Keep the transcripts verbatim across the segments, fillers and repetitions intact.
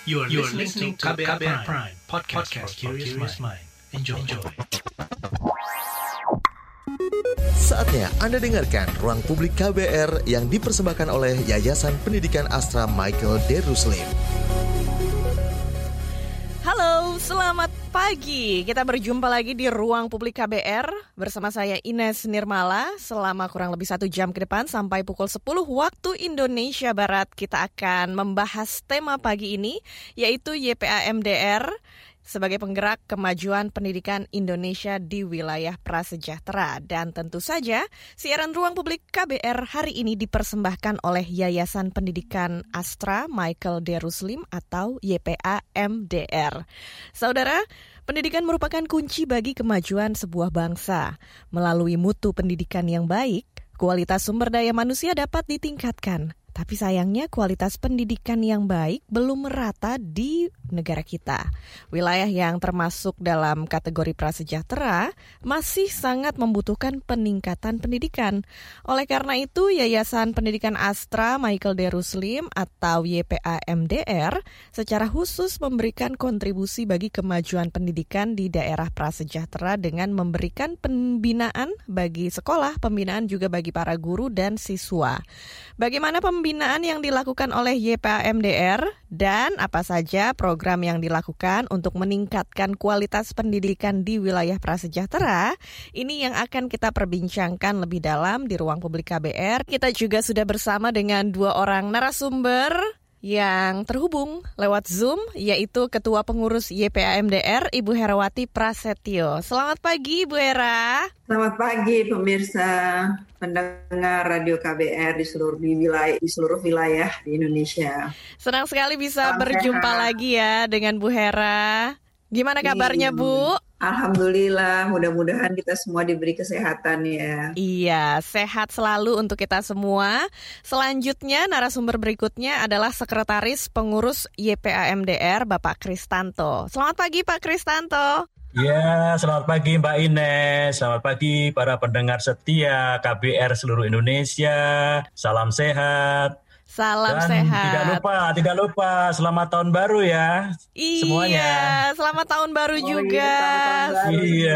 You are listening to K B R Prime, podcast for curious mind. Enjoy. Enjoy. Saatnya Anda dengarkan Ruang Publik K B R yang dipersembahkan oleh Yayasan Pendidikan Astra Michael Daruslim. Halo, selamat pagi. Kita berjumpa lagi di Ruang Publik K B R bersama saya Ines Nirmala. Selama kurang lebih satu jam ke depan sampai pukul sepuluh waktu Indonesia Barat, kita akan membahas tema pagi ini, yaitu Y P A M D R sebagai penggerak kemajuan pendidikan Indonesia di wilayah prasejahtera. Dan tentu saja, siaran Ruang Publik K B R hari ini dipersembahkan oleh Yayasan Pendidikan Astra Michael Daruslim atau Y P A M D R. Saudara, pendidikan merupakan kunci bagi kemajuan sebuah bangsa. Melalui mutu pendidikan yang baik, kualitas sumber daya manusia dapat ditingkatkan. Tapi sayangnya kualitas pendidikan yang baik belum merata di negara kita. Wilayah yang termasuk dalam kategori prasejahtera masih sangat membutuhkan peningkatan pendidikan. Oleh karena itu, Yayasan Pendidikan Astra Michael Daruslim atau Y P A M D R secara khusus memberikan kontribusi bagi kemajuan pendidikan di daerah prasejahtera dengan memberikan pembinaan bagi sekolah, pembinaan juga bagi para guru dan siswa. Bagaimana pembinaan Pembinaan yang dilakukan oleh Y P A M D R dan apa saja program yang dilakukan untuk meningkatkan kualitas pendidikan di wilayah prasejahtera, ini yang akan kita perbincangkan lebih dalam di Ruang Publik K B R. Kita juga sudah bersama dengan dua orang narasumber yang terhubung lewat Zoom, yaitu Ketua Pengurus Y P A M D R, Ibu Herawati Prasetyo. Selamat pagi, Ibu Hera. Selamat pagi, pemirsa pendengar Radio K B R di seluruh di wilayah di seluruh wilayah di Indonesia. Senang sekali bisa Salam berjumpa sehat. lagi ya dengan Bu Hera. Gimana kabarnya, Bu? Alhamdulillah, mudah-mudahan kita semua diberi kesehatan ya. Iya, sehat selalu untuk kita semua. Selanjutnya, narasumber berikutnya adalah Sekretaris Pengurus Y P A M D R, Bapak Kristanto. Selamat pagi, Pak Kristanto. Ya, selamat pagi Mbak Ines, selamat pagi para pendengar setia K B R seluruh Indonesia. Salam sehat. Salam Dan sehat. tidak lupa, tidak lupa, selamat tahun baru ya. Iya, semuanya. Selamat tahun baru Oh, juga. iya, selamat tahun baru Iya.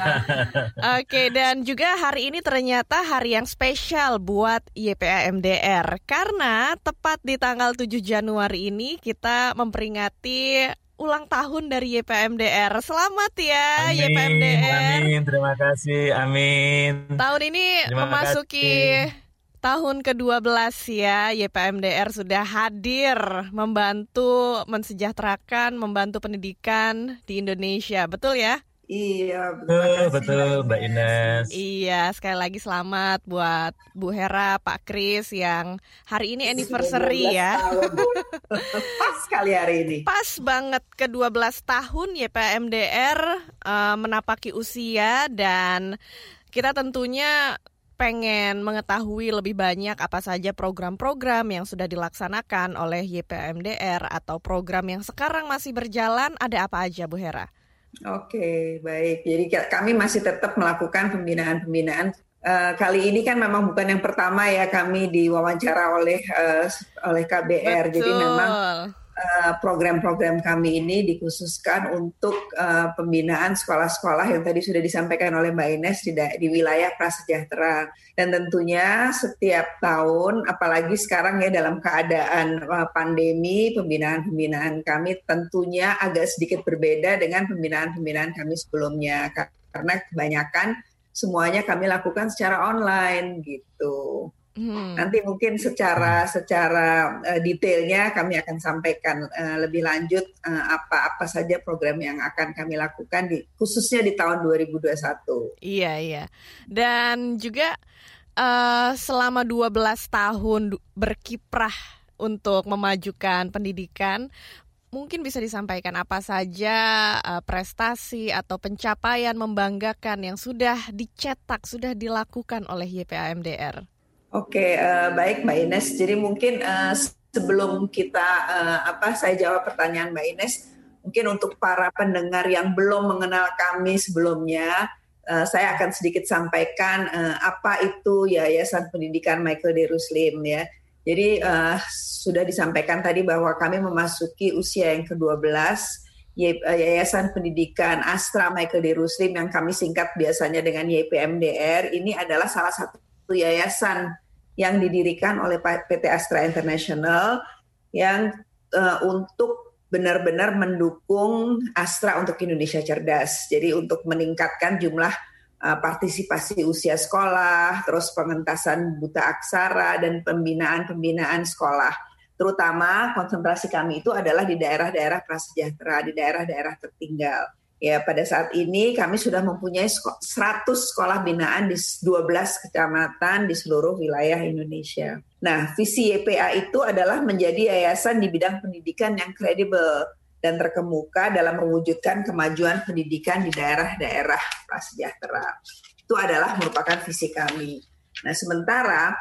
Oke, dan juga hari ini ternyata hari yang spesial buat Y P A M D R. Karena tepat di tanggal tujuh Januari ini kita memperingati ulang tahun dari Y P A M D R. Selamat ya, Amin, Y P A M D R. Amin, terima kasih, amin. Tahun ini Terima memasuki kasih. tahun kedua belas ya, Y P A M D R sudah hadir membantu mensejahterakan, membantu pendidikan di Indonesia. Betul ya? Iya, Betul, kasih, betul Mbak Ines. Iya, sekali lagi selamat buat Bu Hera, Pak Kris yang hari ini anniversary ya. Pas sekali hari ini. Pas banget ke dua belas tahun Y P A M D R uh, menapaki usia, dan kita tentunya pengen mengetahui lebih banyak apa saja program-program yang sudah dilaksanakan oleh Y P A M D R atau program yang sekarang masih berjalan. Ada apa aja, Bu Hera? Oke, baik. Jadi kami masih tetap melakukan pembinaan-pembinaan. Uh, kali ini kan memang bukan yang pertama ya kami diwawancara oleh uh, oleh K B R. Betul. Jadi memang uh, program-program kami ini dikhususkan untuk uh, pembinaan sekolah-sekolah yang tadi sudah disampaikan oleh Mbak Ines di, di wilayah prasejahtera. Dan tentunya setiap tahun, apalagi sekarang ya dalam keadaan uh, pandemi, pembinaan-pembinaan kami tentunya agak sedikit berbeda dengan pembinaan-pembinaan kami sebelumnya. Karena kebanyakan semuanya kami lakukan secara online gitu. Hmm. Nanti mungkin secara secara uh, detailnya kami akan sampaikan uh, lebih lanjut uh, apa-apa saja program yang akan kami lakukan di khususnya di tahun dua ribu dua puluh satu. Iya, iya. Dan juga uh, selama dua belas tahun berkiprah untuk memajukan pendidikan, mungkin bisa disampaikan apa saja uh, prestasi atau pencapaian membanggakan yang sudah dicetak, sudah dilakukan oleh Y P A M D R. Oke, uh, baik Mbak Ines. Jadi mungkin uh, sebelum kita uh, apa saya jawab pertanyaan Mbak Ines, mungkin untuk para pendengar yang belum mengenal kami sebelumnya, uh, saya akan sedikit sampaikan uh, apa itu Yayasan Pendidikan Michael Daruslim ya. Jadi uh, sudah disampaikan tadi bahwa kami memasuki usia yang kedua belas, Yayasan Pendidikan Astra Michael D. Ruslim yang kami singkat biasanya dengan Y P M D R, ini adalah salah satu yayasan yang didirikan oleh P T Astra International yang uh, untuk benar-benar mendukung Astra untuk Indonesia Cerdas. Jadi untuk meningkatkan jumlah uh, partisipasi usia sekolah, terus pengentasan buta aksara dan pembinaan-pembinaan sekolah. Terutama konsentrasi kami itu adalah di daerah-daerah prasejahtera, di daerah-daerah tertinggal. Ya, pada saat ini kami sudah mempunyai seratus sekolah binaan di dua belas kecamatan di seluruh wilayah Indonesia. Nah, visi Y P A itu adalah menjadi yayasan di bidang pendidikan yang kredibel dan terkemuka dalam mewujudkan kemajuan pendidikan di daerah-daerah prasejahtera. Itu adalah merupakan visi kami. Nah, sementara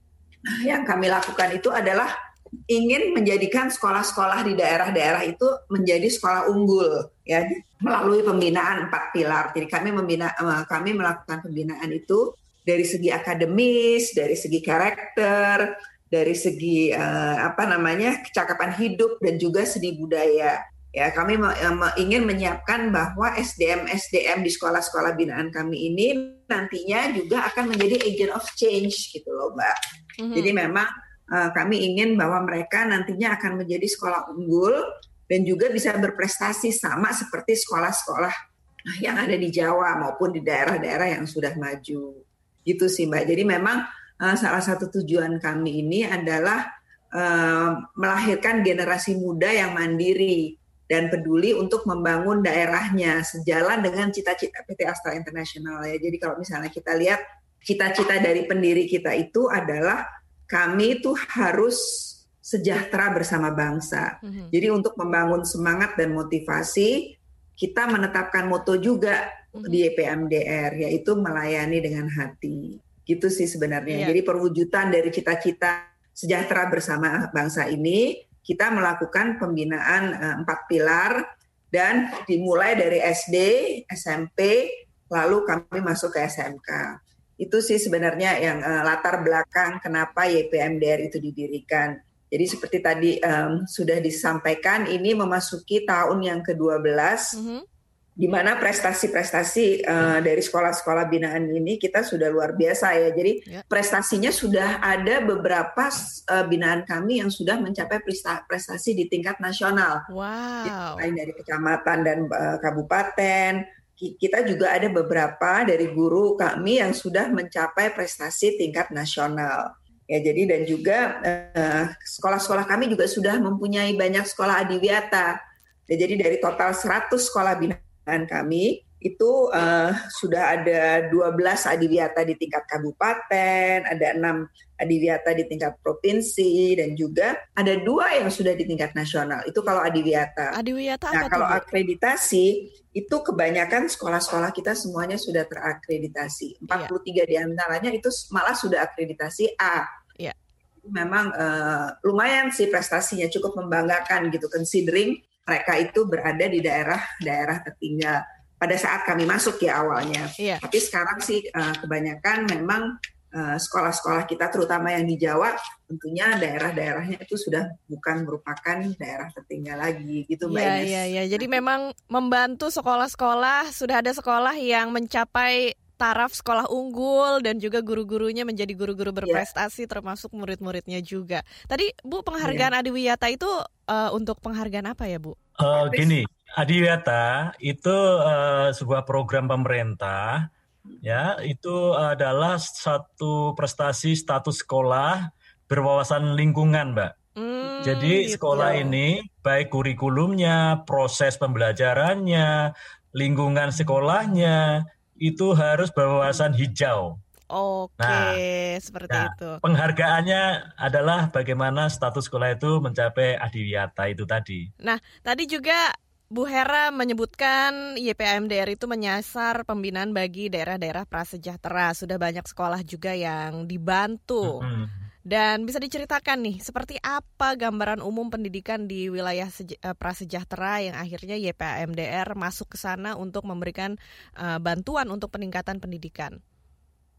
yang kami lakukan itu adalah ingin menjadikan sekolah-sekolah di daerah-daerah itu menjadi sekolah unggul, ya, melalui pembinaan empat pilar. Jadi kami membina, kami melakukan pembinaan itu dari segi akademis, dari segi karakter, dari segi uh, apa namanya kecakapan hidup dan juga seni budaya. Ya, kami me- me- ingin menyiapkan bahwa S D M S D M di sekolah-sekolah binaan kami ini nantinya juga akan menjadi agent of change, gitu loh, Mbak. Mm-hmm. Jadi memang Uh, kami ingin bahwa mereka nantinya akan menjadi sekolah unggul dan juga bisa berprestasi sama seperti sekolah-sekolah yang ada di Jawa maupun di daerah-daerah yang sudah maju. Gitu sih, Mbak. Jadi memang uh, salah satu tujuan kami ini adalah uh, melahirkan generasi muda yang mandiri dan peduli untuk membangun daerahnya sejalan dengan cita-cita P T Astra International. Ya. Jadi kalau misalnya kita lihat cita-cita dari pendiri kita itu adalah kami itu harus sejahtera bersama bangsa. Mm-hmm. Jadi untuk membangun semangat dan motivasi, kita menetapkan moto juga mm-hmm. di Y P M D R, yaitu melayani dengan hati. Gitu sih sebenarnya. Yeah. Jadi perwujudan dari cita-cita sejahtera bersama bangsa ini, kita melakukan pembinaan uh, empat pilar dan dimulai dari S D, S M P, lalu kami masuk ke S M K. Itu sih sebenarnya yang uh, latar belakang kenapa Y P M D R itu didirikan. Jadi seperti tadi um, sudah disampaikan, ini memasuki tahun yang kedua belas, mm-hmm. di mana prestasi-prestasi uh, dari sekolah-sekolah binaan ini kita sudah luar biasa ya. Jadi yeah. prestasinya sudah ada beberapa uh, binaan kami yang sudah mencapai prestasi di tingkat nasional. Wow. Jadi, dari kecamatan dan uh, kabupaten. Kita juga ada beberapa dari guru kami yang sudah mencapai prestasi tingkat nasional. Ya, jadi dan juga eh, sekolah-sekolah kami juga sudah mempunyai banyak sekolah adiwiyata. Ya, jadi dari total seratus sekolah binaan kami itu uh, sudah ada dua belas adiwiyata di tingkat kabupaten, ada enam adiwiyata di tingkat provinsi, dan juga ada dua yang sudah di tingkat nasional. Itu kalau adiwiyata. Adiwiyata apa nah, tuh? Kalau akreditasi, itu kebanyakan sekolah-sekolah kita semuanya sudah terakreditasi. empat puluh tiga yeah. diantaranya itu malah sudah akreditasi A. Yeah. Memang uh, lumayan sih prestasinya, cukup membanggakan gitu, considering mereka itu berada di daerah-daerah tertinggal. Pada saat kami masuk ya awalnya, yeah. tapi sekarang sih uh, kebanyakan memang uh, sekolah-sekolah kita terutama yang di Jawa tentunya daerah-daerahnya itu sudah bukan merupakan daerah tertinggal lagi gitu Mbak yeah, Ines. Iya, iya, jadi memang membantu sekolah-sekolah, sudah ada sekolah yang mencapai taraf sekolah unggul dan juga guru-gurunya menjadi guru-guru berprestasi yeah. termasuk murid-muridnya juga. Tadi Bu, penghargaan yeah. adiwiyata itu uh, untuk penghargaan apa ya Bu? Uh, gini, adiwiyata itu uh, sebuah program pemerintah, ya, itu adalah satu prestasi status sekolah berwawasan lingkungan, Mbak. Hmm, Jadi gitu. Sekolah ini baik kurikulumnya, proses pembelajarannya, lingkungan sekolahnya itu harus berwawasan hijau. Oke, nah, seperti nah, itu. Penghargaannya adalah bagaimana status sekolah itu mencapai adiwiyata itu tadi. Nah, tadi juga Bu Hera menyebutkan Y P M D R itu menyasar pembinaan bagi daerah-daerah prasejahtera. Sudah banyak sekolah juga yang dibantu. Mm-hmm. Dan bisa diceritakan nih, seperti apa gambaran umum pendidikan di wilayah seja- prasejahtera yang akhirnya Y P M D R masuk ke sana untuk memberikan uh, bantuan untuk peningkatan pendidikan?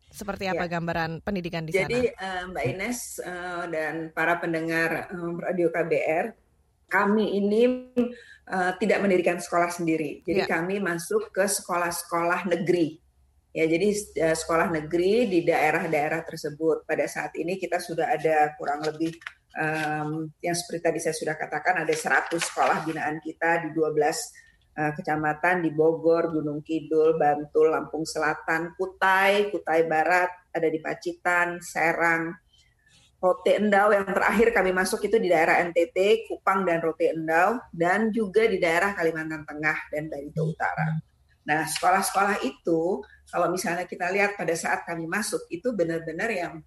Seperti apa ya. Gambaran pendidikan di Jadi, sana? Jadi uh, Mbak Ines uh, dan para pendengar um, Radio K B R, kami ini uh, tidak mendirikan sekolah sendiri. Jadi ya. Kami masuk ke sekolah-sekolah negeri. Ya, jadi uh, sekolah negeri di daerah-daerah tersebut. Pada saat ini kita sudah ada kurang lebih um, yang seperti tadi saya sudah katakan, ada seratus sekolah binaan kita di dua belas uh, kecamatan di Bogor, Gunung Kidul, Bantul, Lampung Selatan, Kutai, Kutai Barat, ada di Pacitan, Serang, Rote Endau. Yang terakhir kami masuk itu di daerah N T T, Kupang dan Rote Endau, dan juga di daerah Kalimantan Tengah dan Barito Utara. Nah, sekolah-sekolah itu kalau misalnya kita lihat pada saat kami masuk itu benar-benar yang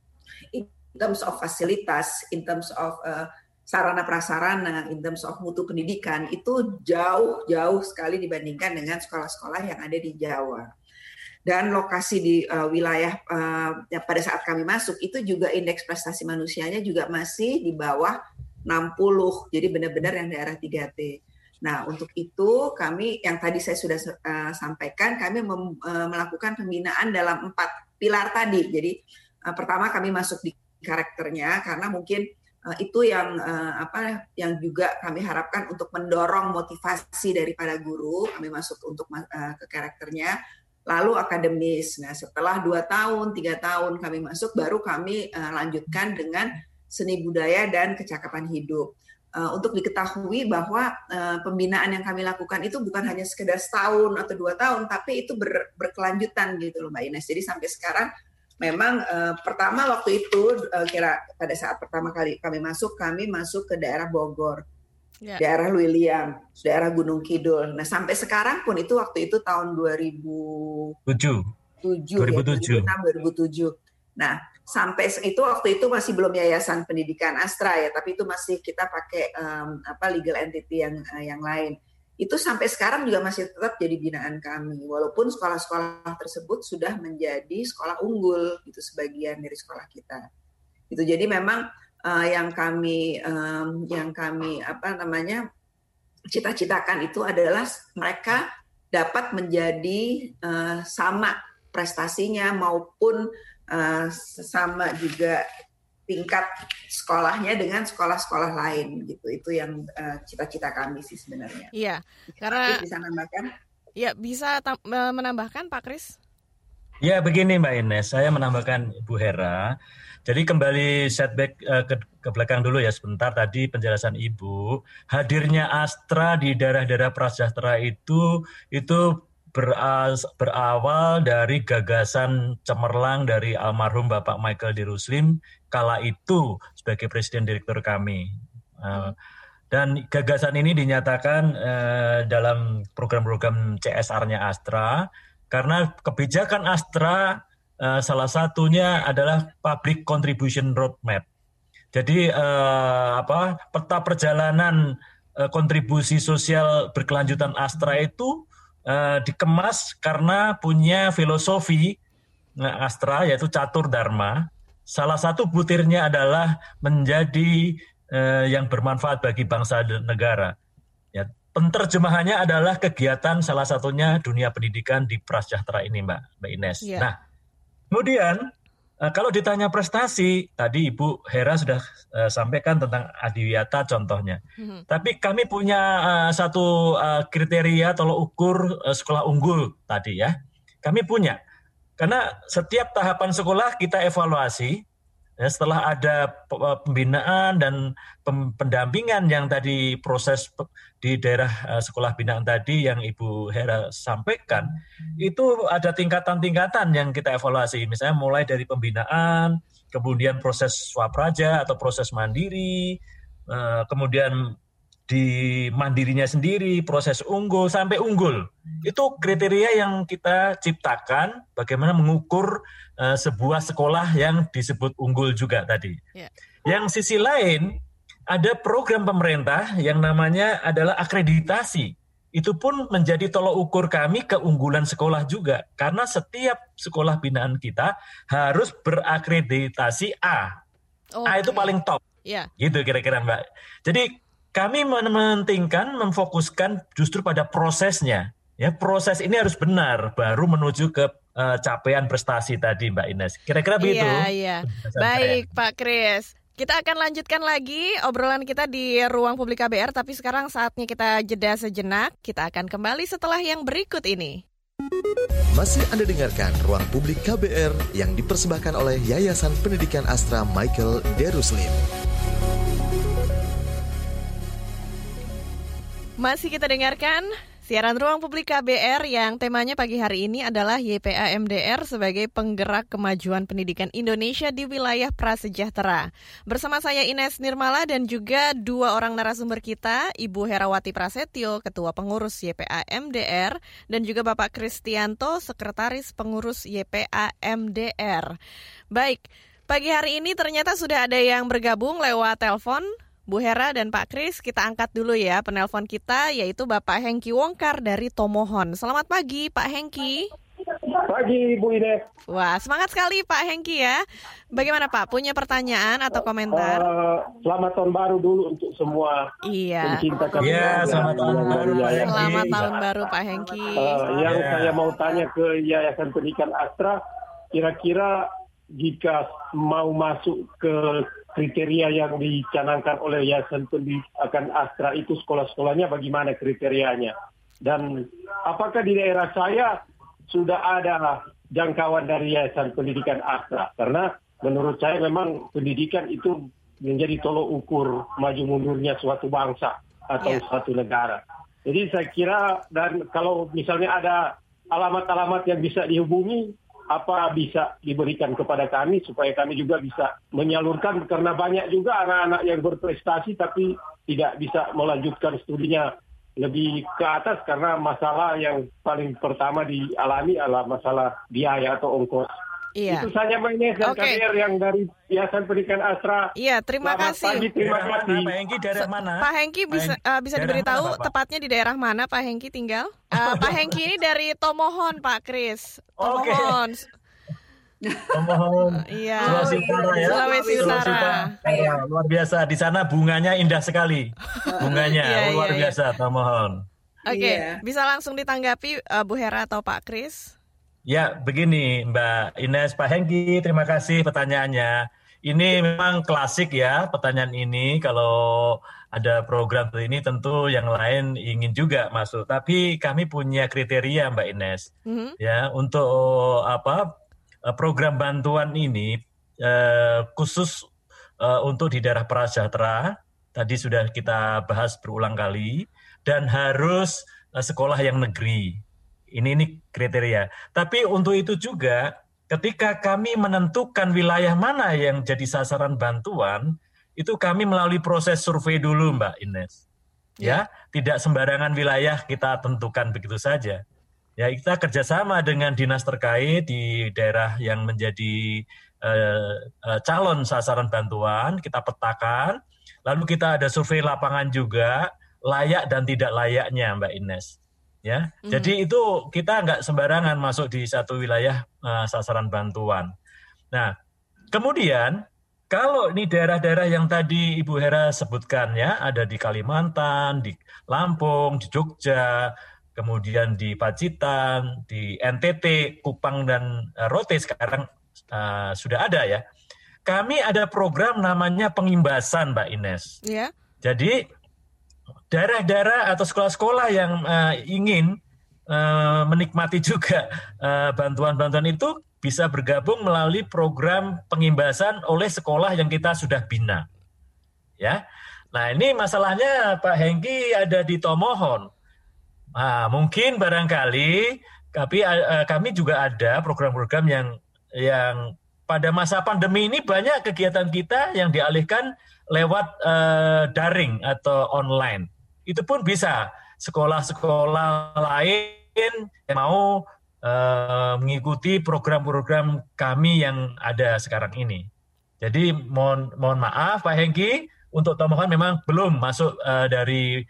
in terms of fasilitas, in terms of uh, sarana prasarana, in terms of mutu pendidikan itu jauh-jauh sekali dibandingkan dengan sekolah-sekolah yang ada di Jawa. Dan lokasi di uh, wilayah uh, yang pada saat kami masuk itu juga indeks prestasi manusianya juga masih di bawah enam puluh. Jadi benar-benar yang daerah tiga T. Nah, untuk itu kami yang tadi saya sudah uh, sampaikan, kami mem, uh, melakukan pembinaan dalam empat pilar tadi. Jadi uh, pertama kami masuk di karakternya karena mungkin uh, itu yang uh, apa yang juga kami harapkan untuk mendorong motivasi daripada guru. Kami masuk untuk uh, ke karakternya. Lalu akademis. Nah, setelah dua tahun, tiga tahun kami masuk, baru kami uh, lanjutkan dengan seni budaya dan kecakapan hidup. Uh, untuk diketahui bahwa uh, pembinaan yang kami lakukan itu bukan hanya sekedar setahun atau dua tahun, tapi itu ber, berkelanjutan gitu loh Mbak Ines. Jadi sampai sekarang memang uh, pertama waktu itu uh, kira pada saat pertama kali kami masuk, kami masuk ke daerah Bogor, ya. Daerah Luiliang, daerah Gunung Kidul. Nah sampai sekarang pun itu waktu itu tahun dua ribu tujuh, dua ribu enam, dua ribu tujuh. Nah sampai itu waktu itu masih belum Yayasan Pendidikan Astra ya, tapi itu masih kita pakai um, apa legal entity yang uh, yang lain. Itu sampai sekarang juga masih tetap jadi binaan kami, walaupun sekolah-sekolah tersebut sudah menjadi sekolah unggul gitu sebagian dari sekolah kita. Itu jadi memang uh, yang kami um, yang kami apa namanya cita-citakan itu adalah mereka dapat menjadi uh, sama prestasinya maupun Uh, sama juga tingkat sekolahnya dengan sekolah-sekolah lain gitu. Itu yang uh, cita-cita kami sih sebenarnya. Iya, karena bisa menambahkan? Ya, bisa tam- menambahkan Pak Kris? Ya, begini Mbak Ines, saya menambahkan Ibu Hera. Jadi kembali setback uh, ke, ke belakang dulu ya sebentar tadi penjelasan Ibu. Hadirnya Astra di daerah-daerah prasejahtera itu itu berawal dari gagasan cemerlang dari almarhum Bapak Michael D. Ruslim kala itu sebagai Presiden Direktur kami. Dan gagasan ini dinyatakan dalam program-program C S R-nya Astra karena kebijakan Astra salah satunya adalah Public Contribution Roadmap. Jadi apa peta perjalanan kontribusi sosial berkelanjutan Astra itu Uh, dikemas karena punya filosofi uh, Astra yaitu catur dharma. Salah satu butirnya adalah menjadi uh, yang bermanfaat bagi bangsa dan negara. Ya, penterjemahannya adalah kegiatan salah satunya dunia pendidikan di prasejahtera ini, Mbak, Mbak Ines. Yeah. Nah, kemudian uh, kalau ditanya prestasi, tadi Ibu Hera sudah uh, sampaikan tentang Adiwiyata contohnya. Mm-hmm. Tapi kami punya uh, satu uh, kriteria tolok ukur uh, sekolah unggul tadi ya. Kami punya. Karena setiap tahapan sekolah kita evaluasi. Ya, setelah ada pembinaan dan pendampingan yang tadi proses di daerah uh, sekolah binaan tadi yang Ibu Hera sampaikan, itu ada tingkatan-tingkatan yang kita evaluasi. Misalnya mulai dari pembinaan, kemudian proses swapraja atau proses mandiri, uh, kemudian di mandirinya sendiri, proses unggul sampai unggul. Itu kriteria yang kita ciptakan bagaimana mengukur uh, sebuah sekolah yang disebut unggul juga tadi. Yeah. Yang sisi lain, ada program pemerintah yang namanya adalah akreditasi. Itu pun menjadi tolok ukur kami keunggulan sekolah juga. Karena setiap sekolah binaan kita harus berakreditasi A. Okay. A itu paling top. Yeah. Gitu kira-kira Mbak. Jadi kami mementingkan, memfokuskan justru pada prosesnya. Ya, proses ini harus benar, baru menuju ke uh, capaian prestasi tadi Mbak Ines. Kira-kira begitu. Iya, iya. Baik Pak Kris. Kita akan lanjutkan lagi obrolan kita di Ruang Publik K B R, tapi sekarang saatnya kita jeda sejenak. Kita akan kembali setelah yang berikut ini. Masih Anda dengarkan Ruang Publik K B R yang dipersembahkan oleh Yayasan Pendidikan Astra Michael Daruslim. Masih kita dengarkan siaran Ruang Publik K B R yang temanya pagi hari ini adalah Y P A M D R sebagai penggerak kemajuan pendidikan Indonesia di wilayah prasejahtera. Bersama saya Ines Nirmala dan juga dua orang narasumber kita, Ibu Herawati Prasetyo, Ketua Pengurus Y P A M D R, dan juga Bapak Kristianto, Sekretaris Pengurus Y P A M D R. Baik, pagi hari ini ternyata sudah ada yang bergabung lewat telepon. Bu Hera dan Pak Kris, kita angkat dulu ya penelpon kita, yaitu Bapak Hengki Wongkar dari Tomohon. Selamat pagi Pak Hengki. Pagi Bu Ines. Wah, semangat sekali Pak Hengki ya. Bagaimana Pak, punya pertanyaan atau komentar? Uh, selamat tahun baru dulu untuk semua iya. pencinta kami. Iya, selamat tahun baru Pak Hengki. Selamat tahun baru Pak Hengki. Uh, yang yeah. saya mau tanya ke Yayasan Pendidikan Astra, kira-kira jika mau masuk ke kriteria yang dicanangkan oleh Yayasan Pendidikan Astra itu sekolah-sekolahnya bagaimana kriterianya? Dan apakah di daerah saya sudah ada jangkauan dari Yayasan Pendidikan Astra? Karena menurut saya memang pendidikan itu menjadi tolok ukur maju mundurnya suatu bangsa atau yeah. suatu negara. Jadi saya kira, dan kalau misalnya ada alamat-alamat yang bisa dihubungi, apa bisa diberikan kepada kami supaya kami juga bisa menyalurkan, karena banyak juga anak-anak yang berprestasi tapi tidak bisa melanjutkan studinya lebih ke atas karena masalah yang paling pertama dialami adalah masalah biaya atau ongkos. Iya. Itu saja Mbak Ines dan okay. K B R yang dari Yayasan Pendidikan Astra. Iya, terima Selamat kasih. Pagi, terima Daerah kasih. mana, Pak Hengki daerah mana? Pak Hengki bisa uh, bisa diberitahu mana, tepatnya di daerah mana Pak Hengki tinggal? Uh, Pak Hengki ini dari Tomohon Pak Kris. Tomohon. Okay. Tomohon. Iya. Sulawesi Utara ya. Sulawesi Utara. Ya, luar biasa. Di sana bunganya indah sekali. Bunganya iya, luar iya, biasa Tomohon. Oke, okay. Iya. Bisa langsung ditanggapi uh, Bu Hera atau Pak Kris? Ya, begini Mbak Ines, Pak Hengki, terima kasih pertanyaannya. Ini memang klasik ya pertanyaan ini. Kalau ada program ini tentu yang lain ingin juga masuk. Tapi kami punya kriteria Mbak Ines. Mm-hmm. Ya, untuk apa program bantuan ini eh, khusus eh, untuk di daerah prasejahtera. Tadi sudah kita bahas berulang kali. Dan harus eh, sekolah yang negeri. Ini ini kriteria. Tapi untuk itu juga ketika kami menentukan wilayah mana yang jadi sasaran bantuan, itu kami melalui proses survei dulu Mbak Ines. Ya, ya tidak sembarangan wilayah kita tentukan begitu saja. Ya, kita kerjasama dengan dinas terkait di daerah yang menjadi uh, uh, calon sasaran bantuan, kita petakan, lalu kita ada survei lapangan juga, layak dan tidak layaknya Mbak Ines. Ya, mm. jadi itu kita nggak sembarangan masuk di satu wilayah uh, sasaran bantuan. Nah, kemudian kalau ini daerah-daerah yang tadi Ibu Hera sebutkan ya, ada di Kalimantan, di Lampung, di Jogja, kemudian di Pacitan, di N T T, Kupang dan uh, Rote sekarang uh, sudah ada ya. Kami ada program namanya pengimbasan Mbak Ines. Yeah. Jadi daerah-daerah atau sekolah-sekolah yang uh, ingin uh, menikmati juga uh, bantuan-bantuan itu bisa bergabung melalui program pengimbasan oleh sekolah yang kita sudah bina. Ya, nah ini masalahnya Pak Hengki ada di Tomohon. Nah, mungkin barangkali tapi uh, kami juga ada program-program yang yang pada masa pandemi ini banyak kegiatan kita yang dialihkan lewat uh, daring atau online. Itu pun bisa sekolah-sekolah lain yang mau uh, mengikuti program-program kami yang ada sekarang ini. Jadi mohon mohon maaf Pak Hengki, untuk Tomohon memang belum masuk uh, dari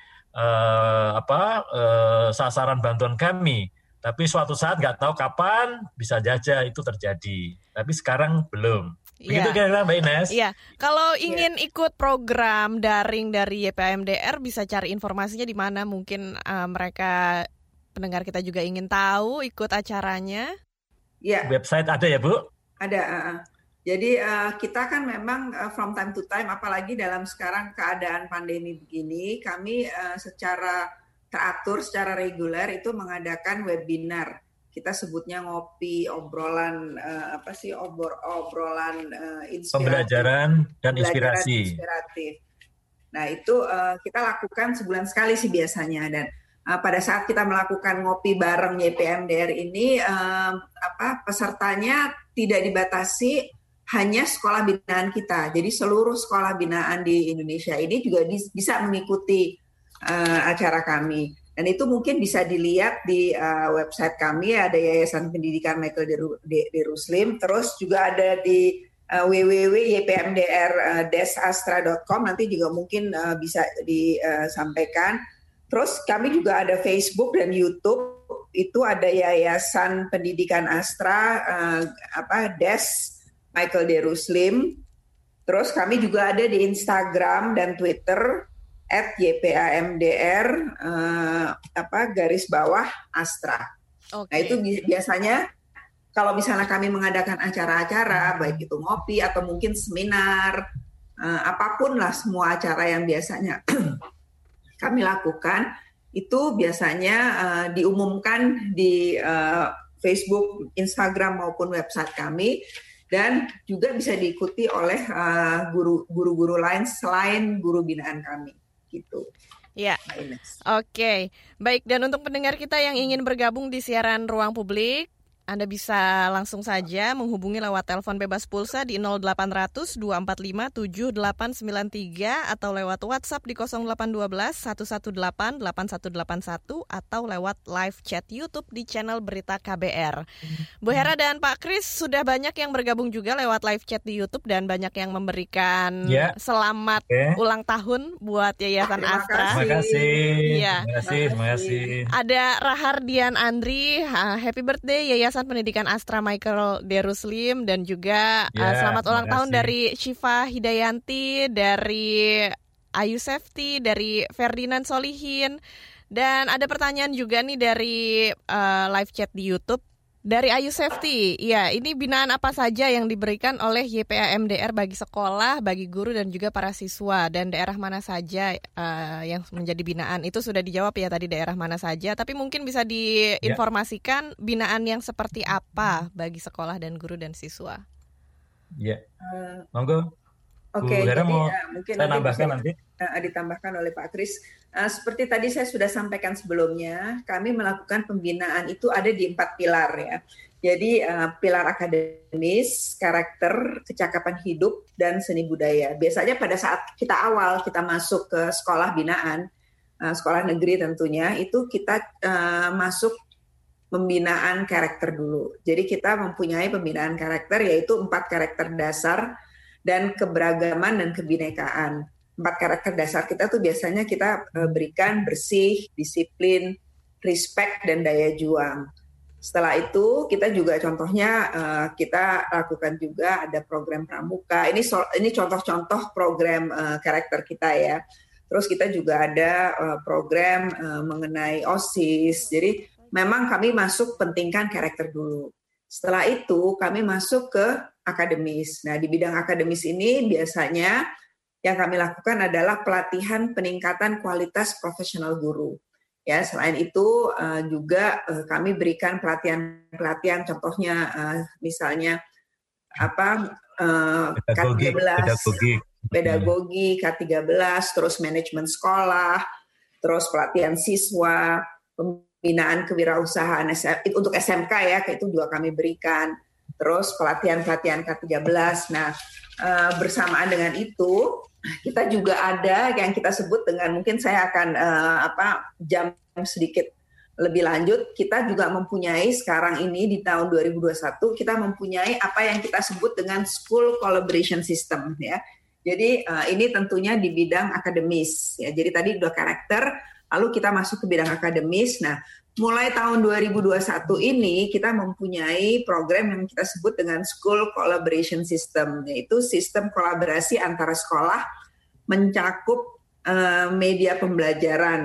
uh, apa uh, sasaran bantuan kami. Tapi suatu saat nggak tahu kapan bisa saja itu terjadi. Tapi sekarang belum. Begitu kira-kira Mbak Ines? Iya, kalau ingin yeah. ikut program daring dari Y P A M D R bisa cari informasinya di mana? Mungkin uh, mereka pendengar kita juga ingin tahu ikut acaranya. Ya. website ada ya Bu? Ada. Uh, jadi uh, kita kan memang uh, from time to time, apalagi dalam sekarang keadaan pandemi begini, kami uh, secara teratur, secara reguler itu mengadakan webinar. Kita sebutnya ngopi, obrolan uh, apa sih obrol, obrolan uh, inspiratif, pembelajaran dan inspirasi. inspiratif. Nah itu uh, kita lakukan sebulan sekali sih biasanya, dan uh, pada saat kita melakukan ngopi bareng Y P M D R ini, uh, apa pesertanya tidak dibatasi hanya sekolah binaan kita. Jadi seluruh sekolah binaan di Indonesia ini juga bisa mengikuti uh, acara kami. Dan itu mungkin bisa dilihat di uh, website kami, ada Yayasan Pendidikan Michael Daruslim, terus juga ada di uh, w w w titik y p m d r dash astra dot com, nanti juga mungkin uh, bisa disampaikan. Terus kami juga ada Facebook dan YouTube, itu ada Yayasan Pendidikan Astra, uh, apa Des Michael Daruslim. Terus kami juga ada di Instagram dan Twitter at Y P A M D R uh, apa garis bawah Astra. Okay. Nah itu biasanya kalau misalnya kami mengadakan acara-acara, baik itu ngopi atau mungkin seminar, uh, apapun lah semua acara yang biasanya kami lakukan, itu biasanya uh, diumumkan di uh, Facebook, Instagram maupun website kami, dan juga bisa diikuti oleh uh, guru, guru-guru lain selain guru binaan kami. Gitu. Ya, oke, okay. Baik. Dan untuk pendengar kita yang ingin bergabung di siaran Ruang Publik, Anda bisa langsung saja menghubungi lewat telepon bebas pulsa di nol delapan nol nol dua empat lima tujuh delapan sembilan tiga atau lewat WhatsApp di nol delapan satu dua satu satu delapan delapan satu delapan satu atau lewat live chat YouTube di channel Berita K B R. Bu Hera dan Pak Kris sudah banyak yang bergabung juga lewat live chat di YouTube dan banyak yang memberikan yeah. selamat okay. ulang tahun buat Yayasan Terima Astra. Terima kasih. Ya. Terima kasih. Terima kasih. Ada Rahardian Andri, happy birthday Yayasan Pendidikan Astra Michael Daruslim, dan juga yeah, uh, selamat ulang tahun dari Syifa Hidayanti, dari Ayu Safety, dari Ferdinand Solihin, dan ada pertanyaan juga nih dari uh, live chat di YouTube dari Ayu Safety. Ya, ini binaan apa saja yang diberikan oleh Y P A M D R bagi sekolah, bagi guru dan juga para siswa, dan daerah mana saja uh, yang menjadi binaan? Itu sudah dijawab ya tadi, daerah mana saja, tapi mungkin bisa diinformasikan ya. Binaan yang seperti apa bagi sekolah dan guru dan siswa? Ya, monggo. Oke, okay, jadi mau uh, mungkin saya nambahkan nanti. Uh, ditambahkan oleh Pak Kris. Uh, seperti tadi saya sudah sampaikan sebelumnya, kami melakukan pembinaan itu ada di empat pilar ya. Jadi uh, pilar akademis, karakter, kecakapan hidup, dan seni budaya. Biasanya pada saat kita awal kita masuk ke sekolah binaan, uh, sekolah negeri tentunya, itu kita uh, masuk pembinaan karakter dulu. Jadi kita mempunyai pembinaan karakter, yaitu empat karakter dasar dan keberagaman dan kebinekaan. Empat karakter dasar kita tuh biasanya kita berikan bersih, disiplin, respect, dan daya juang. Setelah itu kita juga contohnya uh, kita lakukan juga ada program pramuka. Ini so, ini contoh-contoh program uh, karakter kita ya. Terus kita juga ada uh, program uh, mengenai OSIS. Jadi memang kami masuk pentingkan karakter dulu. Setelah itu kami masuk ke akademis. Nah, di bidang akademis ini biasanya yang kami lakukan adalah pelatihan peningkatan kualitas profesional guru. Ya, selain itu uh, juga uh, kami berikan pelatihan-pelatihan, contohnya uh, misalnya apa uh, K tiga belas, pedagogi, pedagogi K tiga belas, terus manajemen sekolah, terus pelatihan siswa, pembinaan kewirausahaan untuk S M K ya, itu juga kami berikan. Terus pelatihan-pelatihan K tiga belas. Nah, uh, bersamaan dengan itu kita juga ada yang kita sebut dengan, mungkin saya akan uh, apa jam sedikit lebih lanjut, kita juga mempunyai sekarang ini di tahun dua ribu dua puluh satu kita mempunyai apa yang kita sebut dengan School Collaboration System ya. Jadi uh, ini tentunya di bidang akademis ya. Jadi tadi dua karakter, lalu kita masuk ke bidang akademis. Nah, mulai tahun dua ribu dua puluh satu ini kita mempunyai program yang kita sebut dengan School Collaboration System, yaitu sistem kolaborasi antara sekolah mencakup uh, media pembelajaran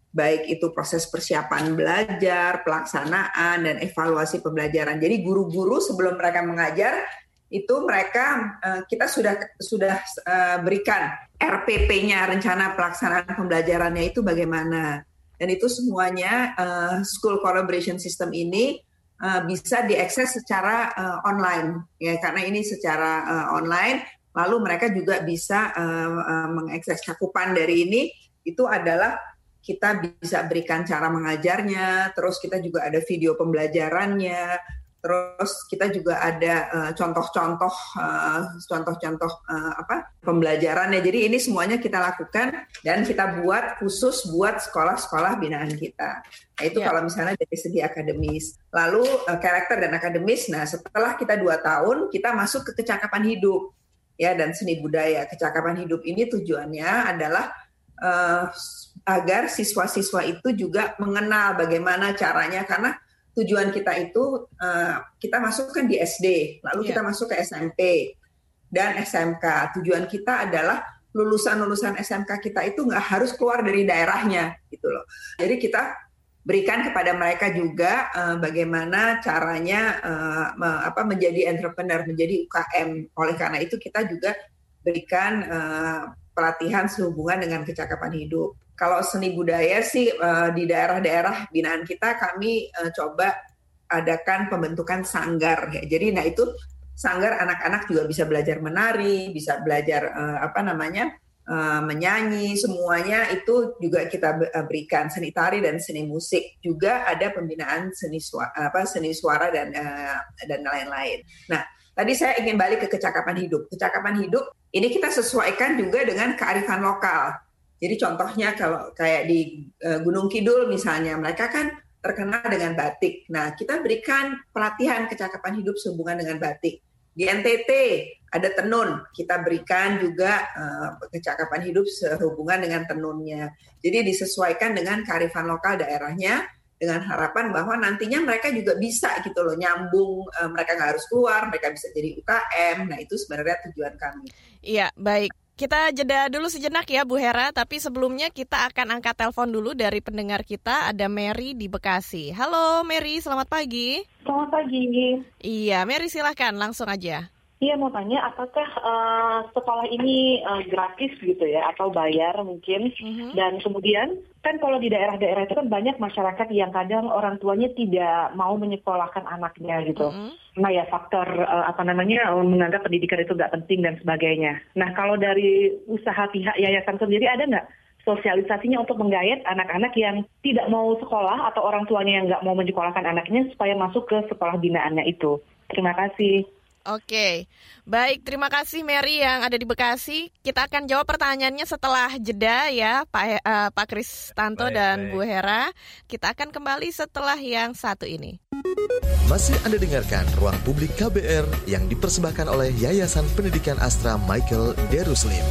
baik itu proses persiapan belajar, pelaksanaan, dan evaluasi pembelajaran. Jadi guru-guru sebelum mereka mengajar, itu mereka uh, kita sudah sudah uh, berikan R P P-nya, rencana pelaksanaan pembelajarannya itu bagaimana. Dan itu semuanya uh, School Collaboration System ini uh, bisa diakses secara uh, online, ya, karena ini secara uh, online. Lalu mereka juga bisa uh, uh, mengakses cakupan dari ini, itu adalah kita bisa berikan cara mengajarnya, terus kita juga ada video pembelajarannya, terus kita juga ada uh, contoh-contoh, uh, contoh-contoh uh, apa pembelajarannya. Jadi ini semuanya kita lakukan dan kita buat khusus buat sekolah-sekolah binaan kita. Nah, itu yeah. Kalau misalnya dari segi akademis. Lalu uh, karakter dan akademis. Nah, setelah kita dua tahun, kita masuk ke kecakapan hidup, ya, dan seni budaya. Kecakapan hidup ini tujuannya adalah uh, agar siswa-siswa itu juga mengenal bagaimana caranya, karena tujuan kita itu uh, kita masukkan di S D, lalu yeah. kita masuk ke S M P dan S M K. Tujuan kita adalah lulusan-lulusan S M K kita itu nggak harus keluar dari daerahnya, gitu loh. Jadi kita berikan kepada mereka juga uh, bagaimana caranya uh, me- apa menjadi entrepreneur, menjadi U K M. Oleh karena itu kita juga berikan uh, pelatihan sehubungan dengan kecakapan hidup. Kalau seni budaya sih uh, di daerah-daerah binaan kita kami uh, coba adakan pembentukan sanggar, ya. Jadi nah itu sanggar anak-anak juga bisa belajar menari, bisa belajar uh, apa namanya uh, menyanyi, semuanya itu juga kita berikan. Seni tari dan seni musik juga ada pembinaan seni suara, apa seni suara dan uh, dan lain-lain. Nah, tadi saya ingin balik ke kecakapan hidup. Kecakapan hidup ini kita sesuaikan juga dengan kearifan lokal. Jadi contohnya kalau kayak di uh, Gunung Kidul misalnya, mereka kan terkenal dengan batik. Nah, kita berikan pelatihan kecakapan hidup sehubungan dengan batik. Di N T T ada tenun, kita berikan juga uh, kecakapan hidup sehubungan dengan tenunnya. Jadi disesuaikan dengan kearifan lokal daerahnya, dengan harapan bahwa nantinya mereka juga bisa gitu loh, nyambung, uh, mereka nggak harus keluar, mereka bisa jadi U K M. Nah, itu sebenarnya tujuan kami. Iya, baik. Kita jeda dulu sejenak ya Bu Hera, tapi sebelumnya kita akan angkat telepon dulu dari pendengar kita, ada Mary di Bekasi. Halo Mary, selamat pagi. Selamat pagi. Iya, Mary silahkan, langsung aja. Iya, mau tanya apakah uh, sekolah ini uh, gratis gitu ya, atau bayar mungkin, mm-hmm. Dan kemudian kan kalau di daerah-daerah itu kan banyak masyarakat yang kadang orang tuanya tidak mau menyekolahkan anaknya gitu. Mm-hmm. Nah ya faktor uh, apa namanya menganggap pendidikan itu nggak penting dan sebagainya. Nah kalau dari usaha pihak yayasan sendiri ada nggak sosialisasinya untuk menggayat anak-anak yang tidak mau sekolah atau orang tuanya yang nggak mau menyekolahkan anaknya supaya masuk ke sekolah binaannya itu? Terima kasih. Oke, baik, terima kasih Mary yang ada di Bekasi. Kita akan jawab pertanyaannya setelah jeda ya Pak uh, Pak Kristanto baik, dan baik. Bu Hera. Kita akan kembali setelah yang satu ini. Masih Anda dengarkan Ruang Publik K B R yang dipersembahkan oleh Yayasan Pendidikan Astra Michael Daruslim.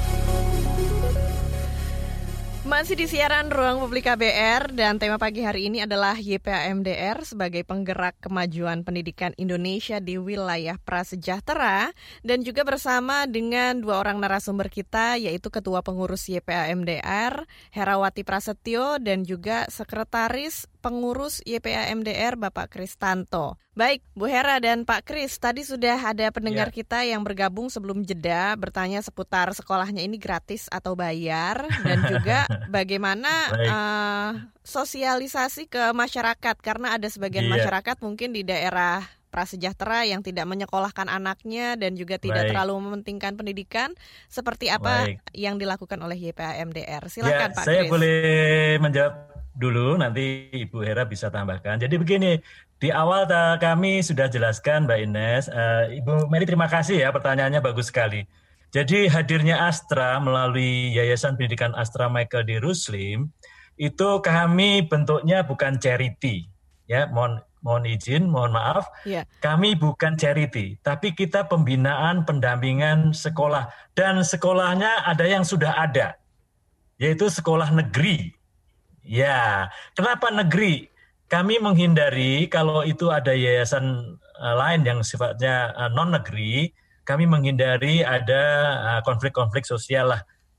Masih di siaran Ruang Publik K B R dan tema pagi hari ini adalah Y P A M D R sebagai penggerak kemajuan pendidikan Indonesia di wilayah prasejahtera, dan juga bersama dengan dua orang narasumber kita yaitu Ketua Pengurus Y P A M D R Herawati Prasetyo dan juga Sekretaris Pengurus Y P A M D R Bapak Kristanto. Baik, Bu Hera dan Pak Kris, tadi sudah ada pendengar ya. Kita yang bergabung sebelum jeda bertanya seputar sekolahnya ini gratis atau bayar dan juga bagaimana uh, sosialisasi ke masyarakat, karena ada sebagian ya. Masyarakat mungkin di daerah prasejahtera yang tidak menyekolahkan anaknya dan juga tidak Baik. Terlalu mementingkan pendidikan. Seperti apa Baik. Yang dilakukan oleh Y P A M D R? Silakan ya, Pak Kris. Saya boleh menjawab dulu, nanti Ibu Hera bisa tambahkan. Jadi begini, di awal ta, kami sudah jelaskan Mbak Ines, uh, Ibu Mary terima kasih ya, pertanyaannya bagus sekali. Jadi hadirnya Astra melalui Yayasan Pendidikan Astra Michael Daruslim, itu kami bentuknya bukan charity, ya mohon mohon izin, mohon maaf, yeah. Kami bukan charity, tapi kita pembinaan pendampingan sekolah, dan sekolahnya ada yang sudah ada, yaitu sekolah negeri. Ya, kenapa negeri? Kami menghindari kalau itu ada yayasan uh, lain yang sifatnya uh, non-negeri, kami menghindari ada uh, konflik-konflik sosial lah.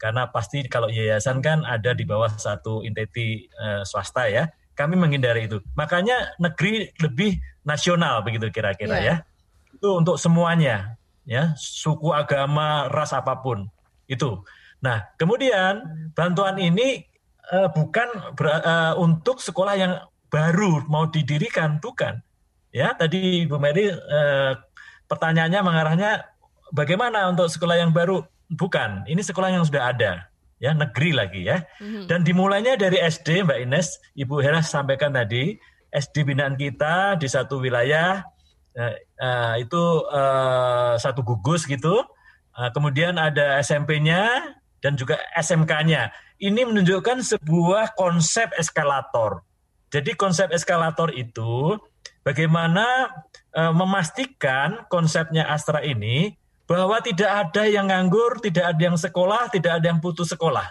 Karena pasti kalau yayasan kan ada di bawah satu entiti uh, swasta ya. Kami menghindari itu. Makanya negeri lebih nasional begitu kira-kira yeah. ya. Itu untuk semuanya ya, suku, agama, ras apapun itu. Nah, kemudian bantuan ini uh, bukan ber, uh, untuk sekolah yang baru mau didirikan, bukan. Ya, tadi Bu Mary uh, pertanyaannya mengarahnya bagaimana untuk sekolah yang baru? Bukan, ini sekolah yang sudah ada, ya negeri lagi ya. Mm-hmm. Dan dimulainya dari S D, Mbak Ines, Ibu Hera sampaikan tadi, S D binaan kita di satu wilayah uh, uh, itu uh, satu gugus gitu. Uh, kemudian ada S M P-nya dan juga S M K-nya. Ini menunjukkan sebuah konsep eskalator. Jadi konsep eskalator itu bagaimana uh, memastikan konsepnya Astra ini bahwa tidak ada yang nganggur, tidak ada yang sekolah, tidak ada yang putus sekolah.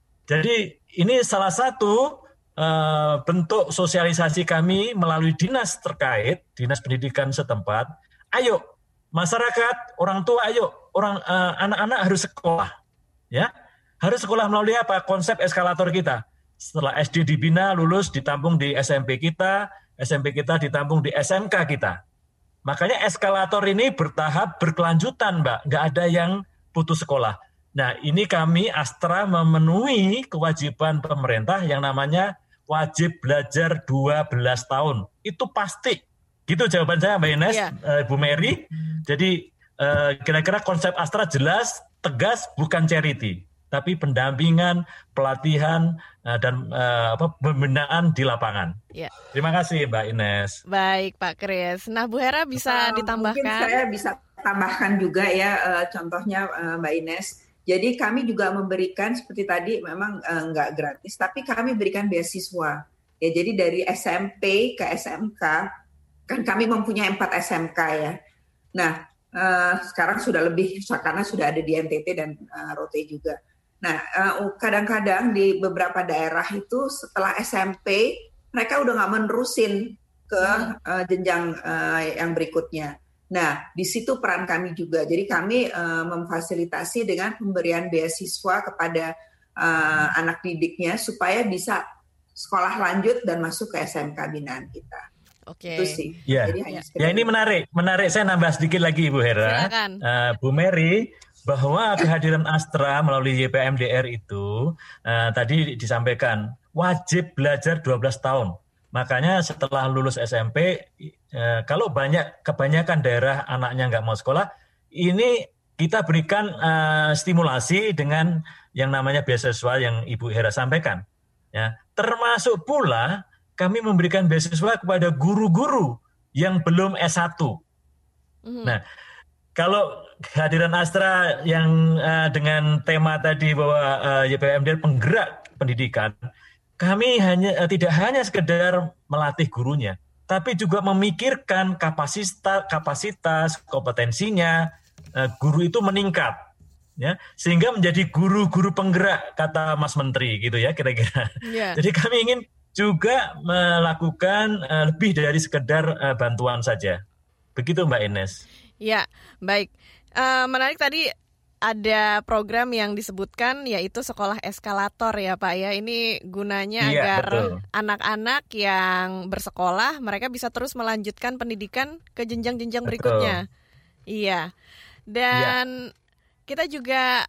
Jadi ini salah satu uh, bentuk sosialisasi kami melalui dinas terkait, dinas pendidikan setempat. Ayo masyarakat, orang tua, ayo orang uh, anak-anak harus sekolah, ya harus sekolah melalui apa? Konsep eskalator kita. Setelah S D dibina, lulus, ditampung di S M P kita, S M P kita ditampung di S M K kita. Makanya eskalator ini bertahap, berkelanjutan, Mbak. Nggak ada yang putus sekolah. Nah, ini kami Astra memenuhi kewajiban pemerintah yang namanya wajib belajar dua belas tahun. Itu pasti. Gitu jawaban saya, Mbak Ines, yeah. uh, Bu Mary. Jadi, uh, kira-kira konsep Astra jelas, tegas, bukan charity. Tapi pendampingan, pelatihan, uh, dan uh, apa, pembinaan di lapangan. Ya. Terima kasih Mbak Ines. Baik Pak Kris. Nah Bu Hera bisa uh, ditambahkan? Mungkin saya bisa tambahkan juga ya uh, contohnya uh, Mbak Ines. Jadi kami juga memberikan seperti tadi memang uh, nggak gratis, tapi kami berikan beasiswa. Ya jadi dari S M P ke S M K, kan kami mempunyai empat S M K ya. Nah uh, sekarang sudah lebih karena sudah ada di N T T dan uh, Rote juga. Nah, uh, kadang-kadang di beberapa daerah itu setelah S M P mereka udah nggak menerusin ke uh, jenjang uh, yang berikutnya. Nah, di situ peran kami juga. Jadi kami uh, memfasilitasi dengan pemberian beasiswa kepada uh, anak didiknya supaya bisa sekolah lanjut dan masuk ke S M K binaan kita. Oke. Itu sih. Ya. Jadi hanya ya ini menarik, menarik. Saya nambah sedikit lagi, Bu Hera. Silakan. Uh, Bu Mary. Bahwa kehadiran Astra melalui Y P M D R itu uh, tadi disampaikan wajib belajar dua belas tahun. Makanya setelah lulus S M P, uh, kalau banyak kebanyakan daerah anaknya nggak mau sekolah, ini kita berikan uh, stimulasi dengan yang namanya beasiswa yang Ibu Hera sampaikan. Ya, termasuk pula kami memberikan beasiswa kepada guru-guru yang belum S satu. Mm-hmm. Nah, kalau kehadiran Astra yang uh, dengan tema tadi bahwa uh, Y P M D R penggerak pendidikan, kami hanya uh, tidak hanya sekedar melatih gurunya, tapi juga memikirkan kapasitas, kapasitas kompetensinya uh, guru itu meningkat, ya sehingga menjadi guru-guru penggerak kata Mas Menteri gitu ya kira-kira. Yeah. Jadi kami ingin juga melakukan uh, lebih dari sekedar uh, bantuan saja. Begitu Mbak Ines. Ya, baik. Uh, menarik tadi ada program yang disebutkan yaitu sekolah eskalator ya Pak ya. Ini gunanya ya, agar betul. Anak-anak yang bersekolah mereka bisa terus melanjutkan pendidikan ke jenjang-jenjang berikutnya. Iya. Dan ya. Kita juga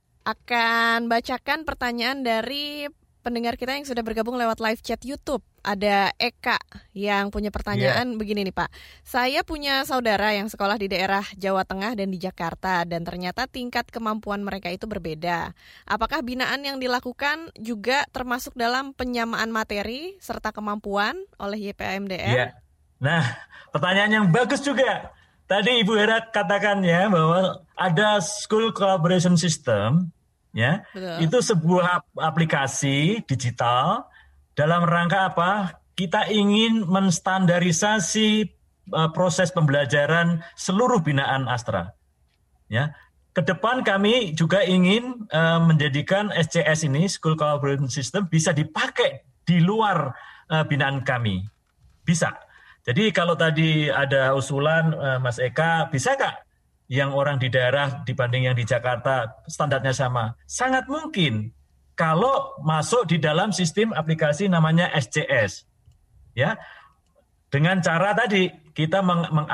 akan bacakan pertanyaan dari pendengar kita yang sudah bergabung lewat live chat YouTube. Ada Eka yang punya pertanyaan yeah. begini nih Pak. Saya punya saudara yang sekolah di daerah Jawa Tengah dan di Jakarta dan ternyata tingkat kemampuan mereka itu berbeda. Apakah binaan yang dilakukan juga termasuk dalam penyamaan materi serta kemampuan oleh Y P M D R? Yeah. Nah, pertanyaan yang bagus juga. Tadi Ibu Hera katakan ya bahwa ada School Collaboration System, ya, betul. Itu sebuah aplikasi digital. Dalam rangka apa? Kita ingin menstandarisasi uh, proses pembelajaran seluruh binaan Astra. Ya, ke depan kami juga ingin uh, menjadikan S C S ini, School Collaboration System, bisa dipakai di luar uh, binaan kami. Bisa. Jadi kalau tadi ada usulan uh, Mas Eka, bisa nggak yang orang di daerah dibanding yang di Jakarta standarnya sama? Sangat mungkin kalau masuk di dalam sistem aplikasi namanya S C S. Ya. Dengan cara tadi kita meng- meng-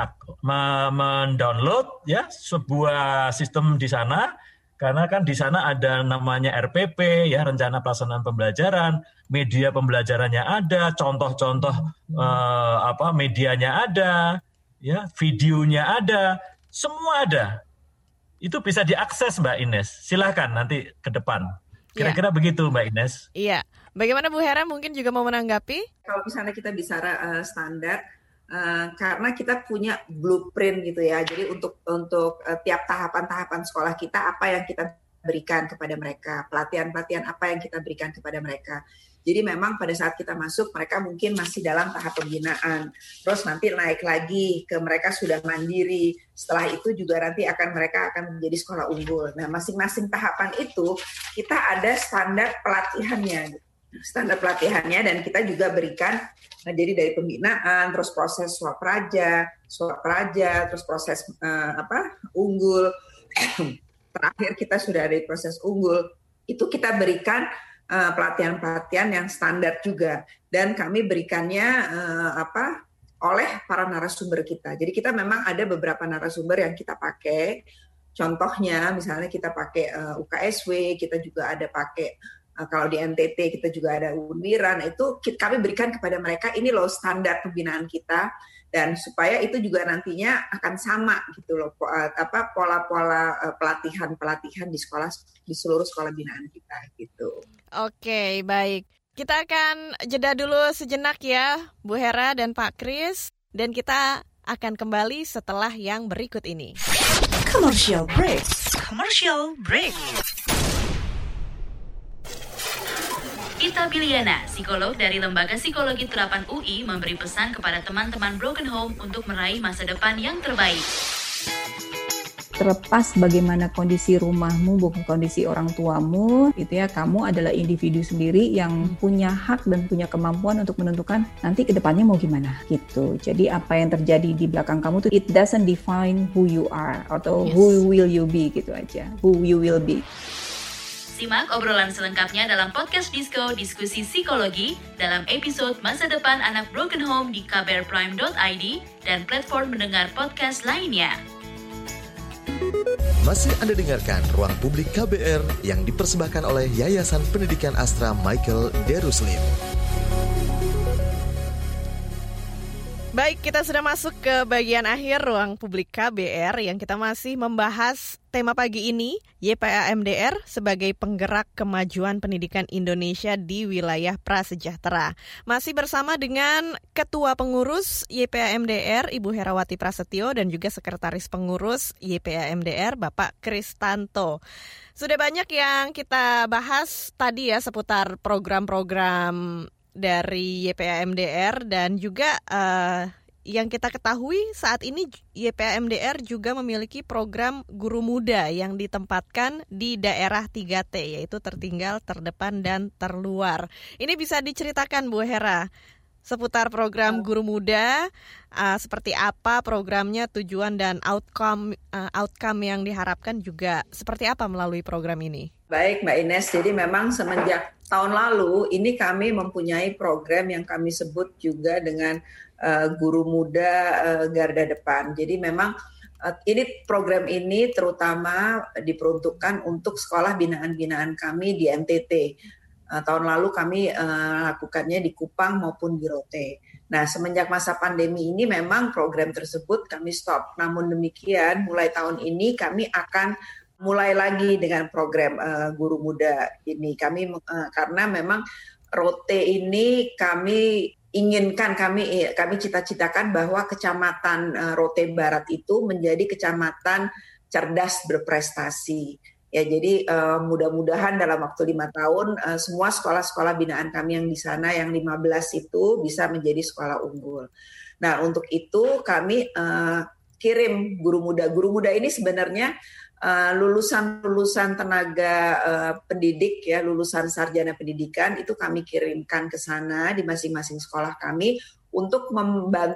mendownload ya sebuah sistem di sana, karena kan di sana ada namanya R P P ya, rencana pelaksanaan pembelajaran, media pembelajarannya ada, contoh-contoh eh, apa medianya ada, ya, videonya ada. Semua ada. Itu bisa diakses Mbak Ines. Silahkan nanti ke depan. Kira-kira ya. Begitu Mbak Ines. Iya. Bagaimana Bu Hera mungkin juga mau menanggapi? Kalau misalnya kita bicara uh, standar, uh, karena kita punya blueprint gitu ya. Jadi untuk untuk uh, tiap tahapan-tahapan sekolah kita, apa yang kita berikan kepada mereka, pelatihan-pelatihan apa yang kita berikan kepada mereka. Jadi memang pada saat kita masuk, mereka mungkin masih dalam tahap pembinaan. Terus nanti naik lagi ke mereka sudah mandiri. Setelah itu juga nanti akan mereka akan menjadi sekolah unggul. Nah, masing-masing tahapan itu kita ada standar pelatihannya. Standar pelatihannya dan kita juga berikan, nah, jadi dari pembinaan, terus proses swapraja, swapraja, terus proses uh, apa unggul. Terakhir kita sudah ada di proses unggul. Itu kita berikan Uh, pelatihan-pelatihan yang standar juga dan kami berikannya uh, apa oleh para narasumber kita. Jadi kita memang ada beberapa narasumber yang kita pakai. Contohnya misalnya kita pakai uh, U K S W, kita juga ada pakai uh, kalau di N T T kita juga ada Unwiran. Itu kita, kami berikan kepada mereka ini loh standar pembinaan kita dan supaya itu juga nantinya akan sama gitu loh apa pola-pola uh, pelatihan-pelatihan di sekolah di seluruh sekolah binaan kita gitu. Oke, baik. Kita akan jeda dulu sejenak ya, Bu Hera dan Pak Kris. Dan kita akan kembali setelah yang berikut ini. Commercial break. Commercial break. Ita Biliana, psikolog dari Lembaga Psikologi Terapan U I, memberi pesan kepada teman-teman Broken Home untuk meraih masa depan yang terbaik. Terlepas bagaimana kondisi rumahmu, bukan kondisi orang tuamu, itu ya, kamu adalah individu sendiri yang punya hak dan punya kemampuan untuk menentukan nanti ke depannya mau gimana gitu. Jadi apa yang terjadi di belakang kamu tuh it doesn't define who you are atau yes. who will you be gitu aja. Who you will be. Simak obrolan selengkapnya dalam podcast Disko Diskusi Psikologi dalam episode Masa Depan Anak Broken Home di k b r prime dot i d dan platform mendengar podcast lainnya. Masih Anda dengarkan Ruang Publik K B R yang dipersembahkan oleh Yayasan Pendidikan Astra Michael Daruslim. Baik, kita sudah masuk ke bagian akhir Ruang Publik K B R yang kita masih membahas tema pagi ini, Y P A M D R sebagai penggerak kemajuan pendidikan Indonesia di wilayah prasejahtera. Masih bersama dengan Ketua Pengurus Y P A M D R, Ibu Herawati Prasetyo, dan juga Sekretaris Pengurus Y P A M D R, Bapak Kristanto. Sudah banyak yang kita bahas tadi ya seputar program-program dari Y P A M D R dan juga uh, yang kita ketahui saat ini Y P A M D R juga memiliki program guru muda yang ditempatkan di daerah tiga T, yaitu tertinggal, terdepan, dan terluar. Ini bisa diceritakan Bu Hera seputar program guru muda, uh, seperti apa programnya, tujuan dan outcome uh, outcome yang diharapkan juga seperti apa melalui program ini? Baik Mbak Ines, jadi memang semenjak tahun lalu ini kami mempunyai program yang kami sebut juga dengan uh, guru muda uh, garda depan. Jadi memang uh, ini program ini terutama diperuntukkan untuk sekolah binaan-binaan kami di N T T. Uh, tahun lalu kami uh, lakukannya di Kupang maupun di Rote. Nah, semenjak masa pandemi ini memang program tersebut kami stop. Namun demikian, mulai tahun ini kami akan mulai lagi dengan program uh, guru muda ini. Kami uh, karena memang Rote ini kami inginkan, kami kami cita-citakan bahwa kecamatan uh, Rote Barat itu menjadi kecamatan cerdas berprestasi. Ya, jadi uh, mudah-mudahan dalam waktu lima tahun uh, semua sekolah-sekolah binaan kami yang di sana yang lima belas itu bisa menjadi sekolah unggul. Nah, untuk itu kami uh, kirim guru muda. Guru muda ini sebenarnya Uh, lulusan-lulusan tenaga uh, pendidik ya, lulusan sarjana pendidikan itu kami kirimkan ke sana di masing-masing sekolah kami untuk membantu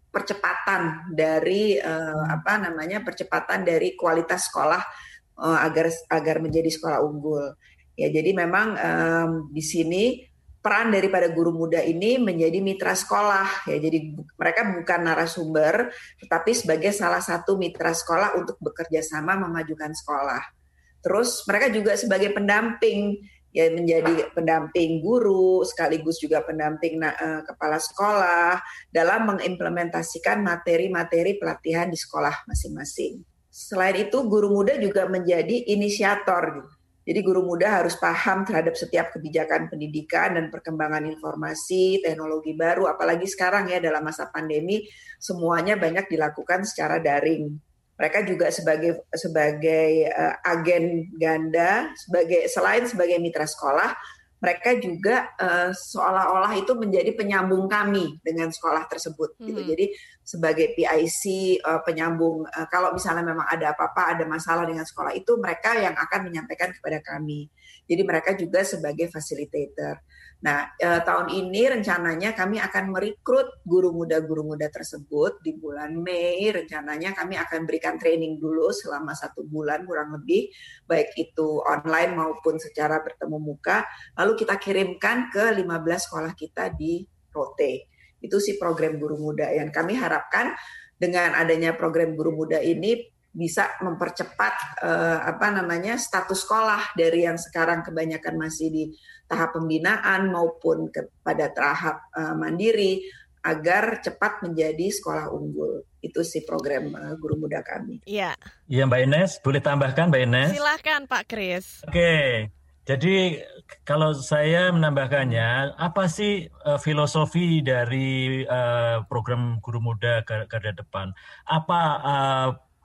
percepatan dari uh, apa namanya percepatan dari kualitas sekolah uh, agar agar menjadi sekolah unggul. Ya, jadi memang um, di sini peran daripada guru muda ini menjadi mitra sekolah. Ya, jadi bu- mereka bukan narasumber, tetapi sebagai salah satu mitra sekolah untuk bekerja sama memajukan sekolah. Terus mereka juga sebagai pendamping, ya menjadi pendamping guru sekaligus juga pendamping uh, kepala sekolah dalam mengimplementasikan materi-materi pelatihan di sekolah masing-masing. Selain itu, guru muda juga menjadi inisiator. Jadi guru muda harus paham terhadap setiap kebijakan pendidikan dan perkembangan informasi, teknologi baru, apalagi sekarang ya dalam masa pandemi semuanya banyak dilakukan secara daring. Mereka juga sebagai sebagai uh, agen ganda, sebagai selain sebagai mitra sekolah, mereka juga uh, seolah-olah itu menjadi penyambung kami dengan sekolah tersebut. Hmm. Gitu. Jadi sebagai P I C uh, penyambung, uh, kalau misalnya memang ada apa-apa, ada masalah dengan sekolah itu, mereka yang akan menyampaikan kepada kami. Jadi mereka juga sebagai facilitator. Nah, eh, tahun ini rencananya kami akan merekrut guru muda-guru muda tersebut di bulan Mei. Rencananya kami akan berikan training dulu selama satu bulan kurang lebih, baik itu online maupun secara bertemu muka. Lalu kita kirimkan ke lima belas sekolah kita di Rote. Itu sih program guru muda yang kami harapkan dengan adanya program guru muda ini bisa mempercepat eh, apa namanya status sekolah dari yang sekarang kebanyakan masih di tahap pembinaan maupun kepada tahap uh, mandiri agar cepat menjadi sekolah unggul. Itu sih program uh, guru muda kami. Iya. Iya Mbak Ines, boleh tambahkan Mbak Ines? Silakan Pak Kris. Oke, jadi kalau saya menambahkannya, apa sih uh, filosofi dari uh, program guru muda garda depan? Apa uh,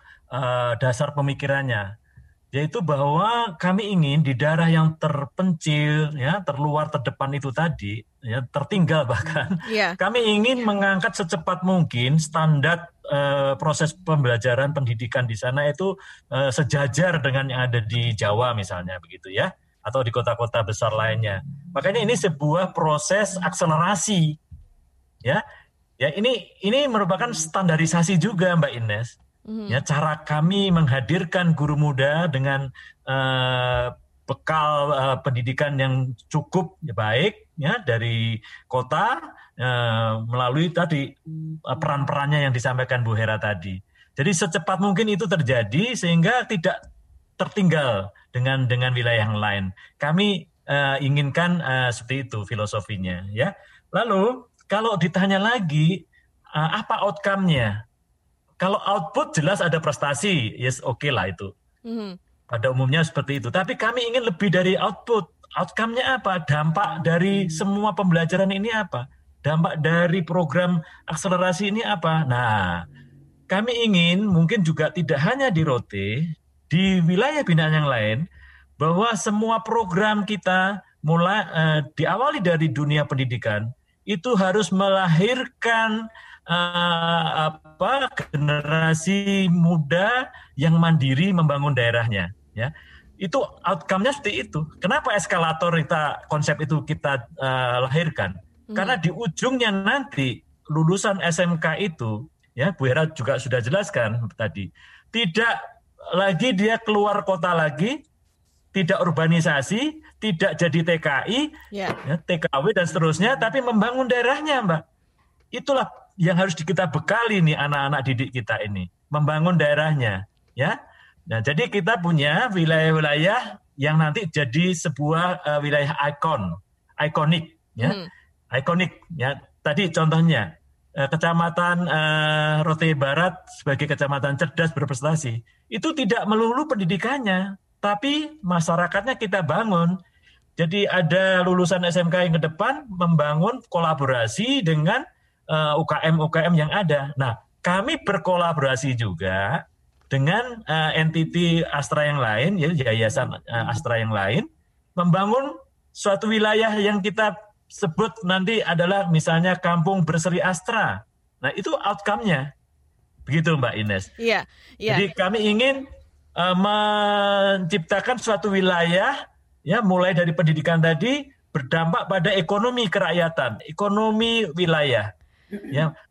uh, dasar pemikirannya? Yaitu bahwa kami ingin di daerah yang terpencil, ya, terluar, terdepan itu tadi, ya, tertinggal bahkan, yeah. kami ingin mengangkat secepat mungkin standar uh, proses pembelajaran pendidikan di sana itu uh, sejajar dengan yang ada di Jawa misalnya, begitu ya, atau di kota-kota besar lainnya. Makanya ini sebuah proses akselerasi, ya, ya ini ini merupakan standarisasi juga Mbak Ines. Mm-hmm. Ya, cara kami menghadirkan guru muda dengan uh, bekal uh, pendidikan yang cukup ya, baik ya dari kota uh, melalui tadi uh, peran-perannya yang disampaikan Bu Hera tadi. Jadi secepat mungkin itu terjadi sehingga tidak tertinggal dengan dengan wilayah yang lain. Kami uh, inginkan uh, seperti itu filosofinya ya. Lalu kalau ditanya lagi uh, apa outcome-nya? Kalau output jelas ada prestasi, yes oke okay lah itu. Mm-hmm. Pada umumnya seperti itu. Tapi kami ingin lebih dari output. Outcome-nya apa? Dampak dari semua pembelajaran ini apa? Dampak dari program akselerasi ini apa? Nah, kami ingin mungkin juga tidak hanya di Rote, di wilayah binaan yang lain, bahwa semua program kita mulai uh, diawali dari dunia pendidikan, itu harus melahirkan Uh, apa generasi muda yang mandiri membangun daerahnya ya. Itu outcome-nya seperti itu. Kenapa eskalator kita konsep itu kita uh, lahirkan? Hmm. Karena di ujungnya nanti lulusan S M K itu ya Bu Hera juga sudah jelaskan tadi, tidak lagi dia keluar kota lagi, tidak urbanisasi, tidak jadi T K I, yeah. ya, T K W dan seterusnya, tapi membangun daerahnya Mbak. Itulah yang harus kita bekali nih anak-anak didik kita ini, membangun daerahnya, ya. Nah, jadi kita punya wilayah-wilayah yang nanti jadi sebuah uh, wilayah ikon, ikonik, ya, hmm. ikonik, ya. Tadi contohnya uh, kecamatan uh, Rote Barat sebagai kecamatan cerdas berprestasi, itu tidak melulu pendidikannya, tapi masyarakatnya kita bangun. Jadi ada lulusan S M K yang ke depan membangun kolaborasi dengan Uh, U K M-U K M yang ada. Nah, kami berkolaborasi juga dengan uh, entiti Astra yang lain, ya, yayasan uh, Astra yang lain, membangun suatu wilayah yang kita sebut nanti adalah misalnya Kampung Berseri Astra. Nah, itu outcome-nya. Begitu Mbak Ines. Iya. Yeah, yeah. Jadi kami ingin uh, menciptakan suatu wilayah, ya, mulai dari pendidikan tadi, berdampak pada ekonomi kerakyatan, ekonomi wilayah. Ya,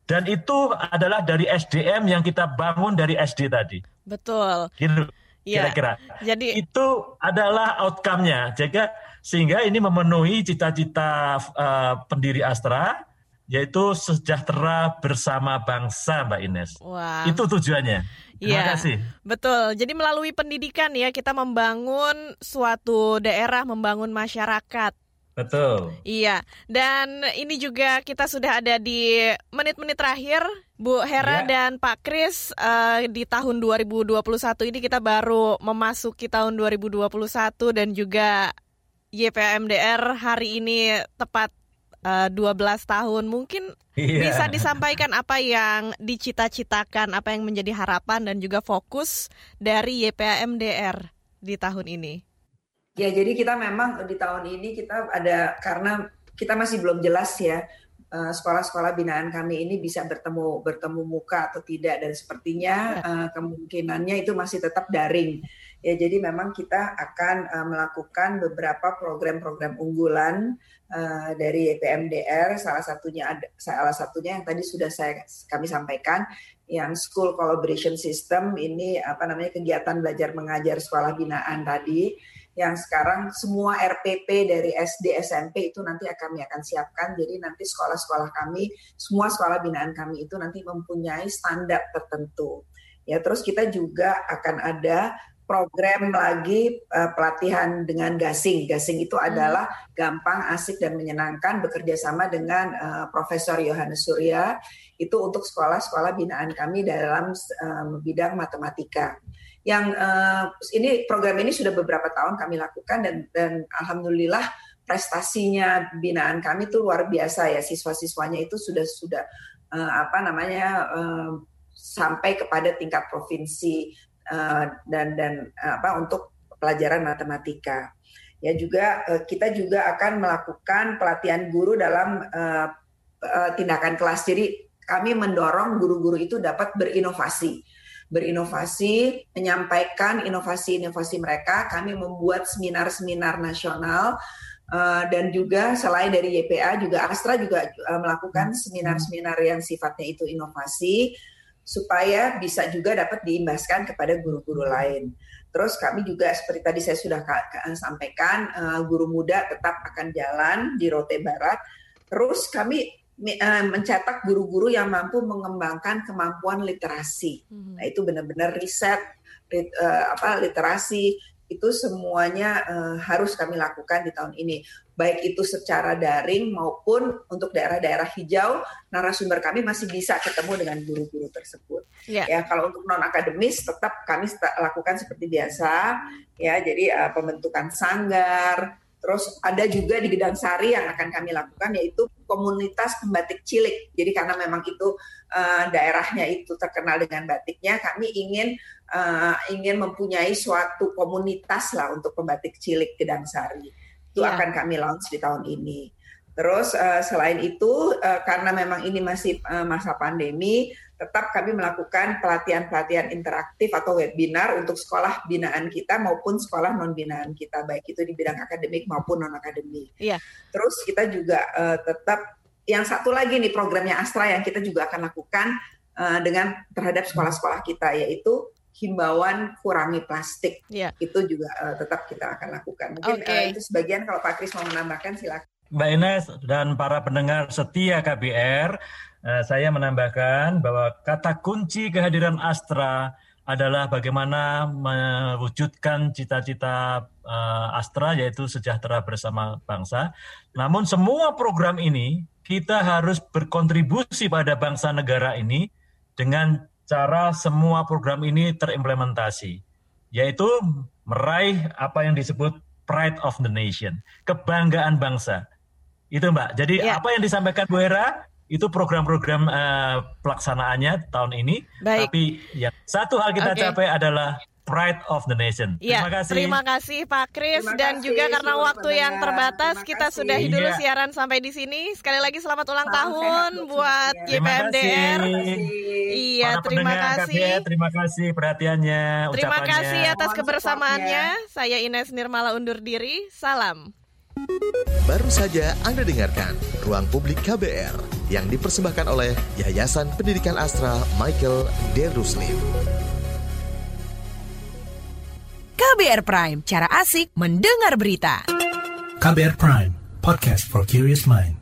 Dan itu adalah dari S D M yang kita bangun dari S D tadi. Betul. Gitu. Ya. Kira-kira. Jadi itu adalah outcome-nya. Jadi sehingga ini memenuhi cita-cita uh, pendiri Astra, yaitu sejahtera bersama bangsa, Mbak Ines. Wah. Itu tujuannya. Terima ya, kasih. Betul. Jadi melalui pendidikan ya kita membangun suatu daerah, membangun masyarakat. Betul. Iya, dan ini juga kita sudah ada di menit-menit terakhir, Bu Hera ya. Dan Pak Kris, uh, di tahun dua ribu dua puluh satu ini kita baru memasuki tahun dua ribu dua puluh satu dan juga Y P A M D R hari ini tepat uh, dua belas tahun. Mungkin ya. Bisa disampaikan apa yang dicita-citakan, apa yang menjadi harapan dan juga fokus dari Y P A M D R di tahun ini. Ya, jadi kita memang di tahun ini kita ada, karena kita masih belum jelas ya uh, sekolah-sekolah binaan kami ini bisa bertemu bertemu muka atau tidak, dan sepertinya uh, kemungkinannya itu masih tetap daring. Ya, jadi memang kita akan uh, melakukan beberapa program-program unggulan uh, dari Y P A M D R. Salah satunya ada, salah satunya yang tadi sudah saya kami sampaikan, yang School Collaboration System ini apa namanya kegiatan belajar mengajar sekolah binaan tadi. Yang sekarang semua R P P dari S D S M P itu nanti kami akan siapkan. Jadi nanti sekolah-sekolah kami, semua sekolah binaan kami itu nanti mempunyai standar tertentu. Ya, terus kita juga akan ada program lagi uh, pelatihan dengan gasing. Gasing itu adalah gampang, asik dan menyenangkan, bekerja sama dengan uh, Profesor Yohanes Surya itu untuk sekolah-sekolah binaan kami dalam um, bidang matematika. Yang uh, ini program ini sudah beberapa tahun kami lakukan dan dan alhamdulillah prestasinya binaan kami itu luar biasa ya, siswa-siswanya itu sudah sudah uh, apa namanya uh, sampai kepada tingkat provinsi uh, dan dan uh, apa untuk pelajaran matematika. Ya, juga uh, kita juga akan melakukan pelatihan guru dalam uh, uh, tindakan kelas. Jadi kami mendorong guru-guru itu dapat berinovasi. berinovasi, menyampaikan inovasi-inovasi mereka. Kami membuat seminar-seminar nasional uh, dan juga selain dari Y P A juga Astra juga uh, melakukan seminar-seminar yang sifatnya itu inovasi supaya bisa juga dapat diimbaskan kepada guru-guru lain. Terus kami juga seperti tadi saya sudah sampaikan, uh, guru muda tetap akan jalan di Rote Barat. Terus kami mencetak guru-guru yang mampu mengembangkan kemampuan literasi. Hmm. Nah, itu benar-benar riset rit, uh, apa literasi itu semuanya uh, harus kami lakukan di tahun ini. Baik itu secara daring maupun untuk daerah-daerah hijau, narasumber kami masih bisa ketemu dengan guru-guru tersebut. Yeah. Ya, kalau untuk non akademis tetap kami lakukan seperti biasa ya. Jadi uh, pembentukan sanggar. Terus ada juga di Gedang Sari yang akan kami lakukan yaitu komunitas pembatik cilik. Jadi karena memang itu uh, daerahnya itu terkenal dengan batiknya, kami ingin uh, ingin mempunyai suatu komunitas lah untuk pembatik cilik Gedang Sari. Itu yeah. akan kami launch di tahun ini. Terus uh, selain itu uh, karena memang ini masih uh, masa pandemi, tetap kami melakukan pelatihan-pelatihan interaktif atau webinar untuk sekolah binaan kita maupun sekolah non binaan kita, baik itu di bidang akademik maupun non akademik. Iya. Terus kita juga uh, tetap yang satu lagi nih programnya Astra yang kita juga akan lakukan uh, dengan terhadap sekolah-sekolah kita, yaitu himbauan kurangi plastik. Iya. Itu juga uh, tetap kita akan lakukan. Mungkin okay. uh, itu sebagian, kalau Pak Kris mau menambahkan silakan. Mbak Ines dan para pendengar setia K B R, Uh, saya menambahkan bahwa kata kunci kehadiran Astra adalah bagaimana mewujudkan cita-cita uh, Astra, yaitu sejahtera bersama bangsa. Namun semua program ini kita harus berkontribusi pada bangsa negara ini dengan cara semua program ini terimplementasi, yaitu meraih apa yang disebut pride of the nation, kebanggaan bangsa. Itu Mbak. Jadi ya. Apa yang disampaikan Bu Hera itu program-program uh, pelaksanaannya tahun ini. Baik. Tapi yang satu hal kita okay. capai adalah pride of the nation. Ya, terima kasih. Terima kasih Pak Kris, dan kasih, juga karena waktu pendengar. yang terbatas terima kita kasih. sudahi dulu iya. siaran sampai di sini. Sekali lagi selamat ulang Salam tahun buat Y P A M D R. Iya, Para terima kasih. K B R, terima kasih perhatiannya, Terima ucapannya. kasih atas kebersamaannya. Saya Ines Nirmala undur diri. Salam. Baru saja Anda dengarkan Ruang Publik K B R yang dipersembahkan oleh Yayasan Pendidikan Astra Michael D. Ruslim. K B R Prime, cara asik mendengar berita. K B R Prime, podcast for curious mind.